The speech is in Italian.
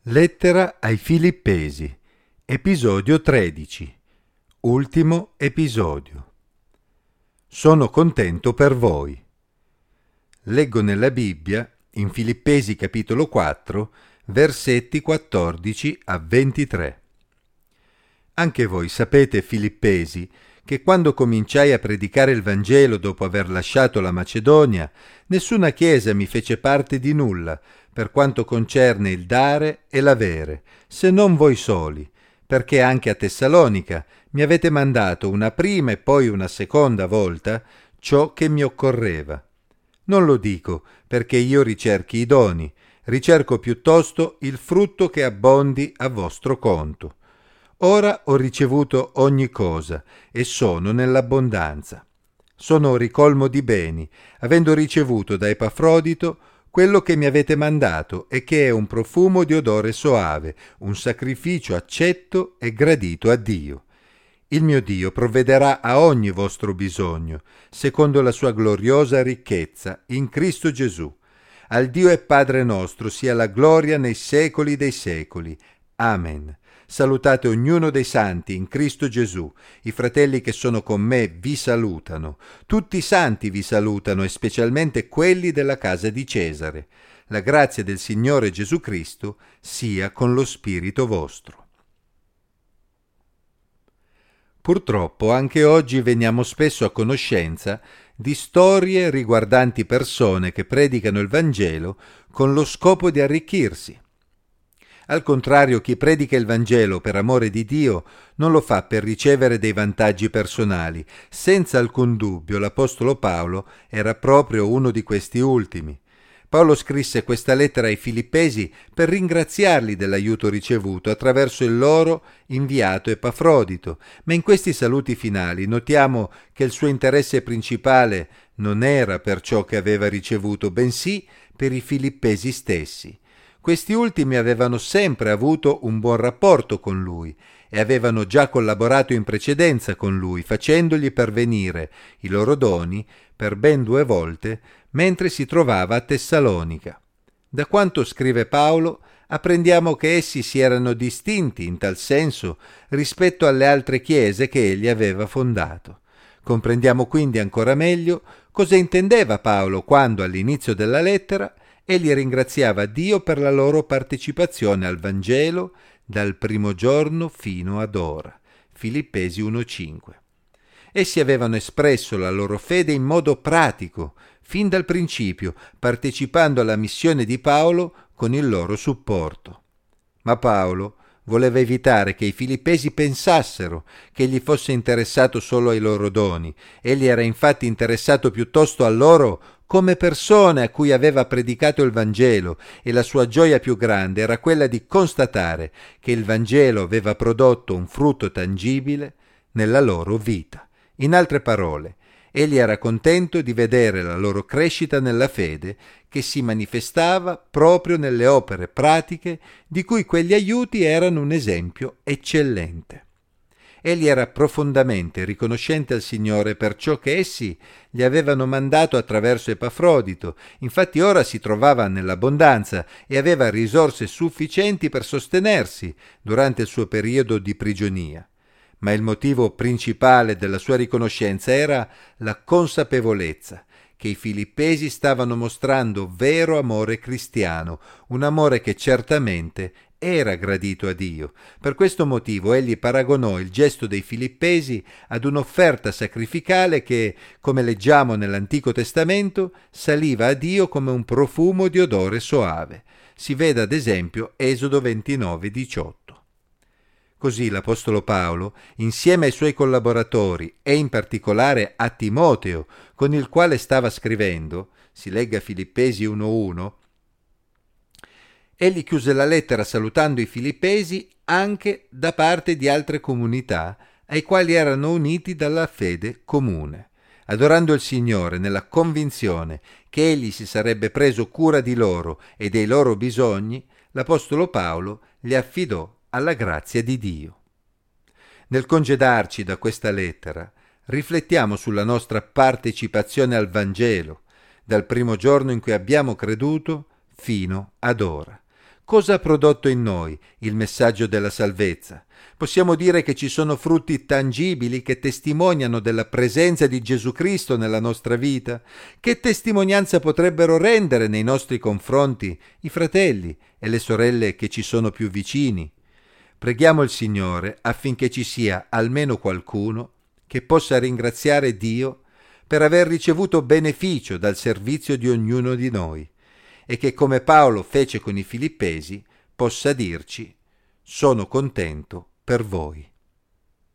Lettera ai Filippesi, episodio 13, ultimo episodio. Sono contento per voi. Leggo nella Bibbia, in Filippesi capitolo 4, versetti 14 a 23. Anche voi sapete, Filippesi, che quando cominciai a predicare il Vangelo dopo aver lasciato la Macedonia, nessuna chiesa mi fece parte di nulla, per quanto concerne il dare e l'avere, se non voi soli, perché anche a Tessalonica mi avete mandato una prima e poi una seconda volta ciò che mi occorreva. Non lo dico perché io ricerchi i doni, ricerco piuttosto il frutto che abbondi a vostro conto. Ora ho ricevuto ogni cosa e sono nell'abbondanza. Sono ricolmo di beni, avendo ricevuto da Epafrodito quello che mi avete mandato e che è un profumo di odore soave, un sacrificio accetto e gradito a Dio. Il mio Dio provvederà a ogni vostro bisogno, secondo la sua gloriosa ricchezza, in Cristo Gesù. Al Dio e Padre nostro sia la gloria nei secoli dei secoli. Amen. Salutate ognuno dei santi in Cristo Gesù. I fratelli che sono con me vi salutano. Tutti i santi vi salutano e specialmente quelli della casa di Cesare. La grazia del Signore Gesù Cristo sia con lo spirito vostro. Purtroppo anche oggi veniamo spesso a conoscenza di storie riguardanti persone che predicano il Vangelo con lo scopo di arricchirsi. Al contrario, chi predica il Vangelo per amore di Dio non lo fa per ricevere dei vantaggi personali. Senza alcun dubbio l'Apostolo Paolo era proprio uno di questi ultimi. Paolo scrisse questa lettera ai Filippesi per ringraziarli dell'aiuto ricevuto attraverso il loro inviato Epafrodito, ma in questi saluti finali notiamo che il suo interesse principale non era per ciò che aveva ricevuto, bensì per i Filippesi stessi. Questi ultimi avevano sempre avuto un buon rapporto con lui e avevano già collaborato in precedenza con lui, facendogli pervenire i loro doni per ben 2 volte mentre si trovava a Tessalonica. Da quanto scrive Paolo, apprendiamo che essi si erano distinti in tal senso rispetto alle altre chiese che egli aveva fondato. Comprendiamo quindi ancora meglio cosa intendeva Paolo quando all'inizio della lettera egli ringraziava Dio per la loro partecipazione al Vangelo dal primo giorno fino ad ora. Filippesi 1,5. Essi avevano espresso la loro fede in modo pratico, fin dal principio, partecipando alla missione di Paolo con il loro supporto. Ma Paolo voleva evitare che i Filippesi pensassero che egli fosse interessato solo ai loro doni. Egli era infatti interessato piuttosto a loro come persone a cui aveva predicato il Vangelo, e la sua gioia più grande era quella di constatare che il Vangelo aveva prodotto un frutto tangibile nella loro vita. In altre parole, egli era contento di vedere la loro crescita nella fede che si manifestava proprio nelle opere pratiche di cui quegli aiuti erano un esempio eccellente. Egli era profondamente riconoscente al Signore per ciò che essi gli avevano mandato attraverso Epafrodito. Infatti ora si trovava nell'abbondanza e aveva risorse sufficienti per sostenersi durante il suo periodo di prigionia. Ma il motivo principale della sua riconoscenza era la consapevolezza che i Filippesi stavano mostrando vero amore cristiano, un amore che certamente era gradito a Dio. Per questo motivo egli paragonò il gesto dei Filippesi ad un'offerta sacrificale che, come leggiamo nell'Antico Testamento, saliva a Dio come un profumo di odore soave. Si veda ad esempio Esodo 29,18. Così l'Apostolo Paolo, insieme ai suoi collaboratori e in particolare a Timoteo, con il quale stava scrivendo, si legga Filippesi 1,1, egli chiuse la lettera salutando i Filippesi anche da parte di altre comunità ai quali erano uniti dalla fede comune. Adorando il Signore nella convinzione che egli si sarebbe preso cura di loro e dei loro bisogni, l'Apostolo Paolo li affidò alla grazia di Dio. Nel congedarci da questa lettera, riflettiamo sulla nostra partecipazione al Vangelo, dal primo giorno in cui abbiamo creduto fino ad ora. Cosa ha prodotto in noi il messaggio della salvezza? Possiamo dire che ci sono frutti tangibili che testimoniano della presenza di Gesù Cristo nella nostra vita? Che testimonianza potrebbero rendere nei nostri confronti i fratelli e le sorelle che ci sono più vicini? Preghiamo il Signore affinché ci sia almeno qualcuno che possa ringraziare Dio per aver ricevuto beneficio dal servizio di ognuno di noi e che, come Paolo fece con i Filippesi, possa dirci: sono contento per voi.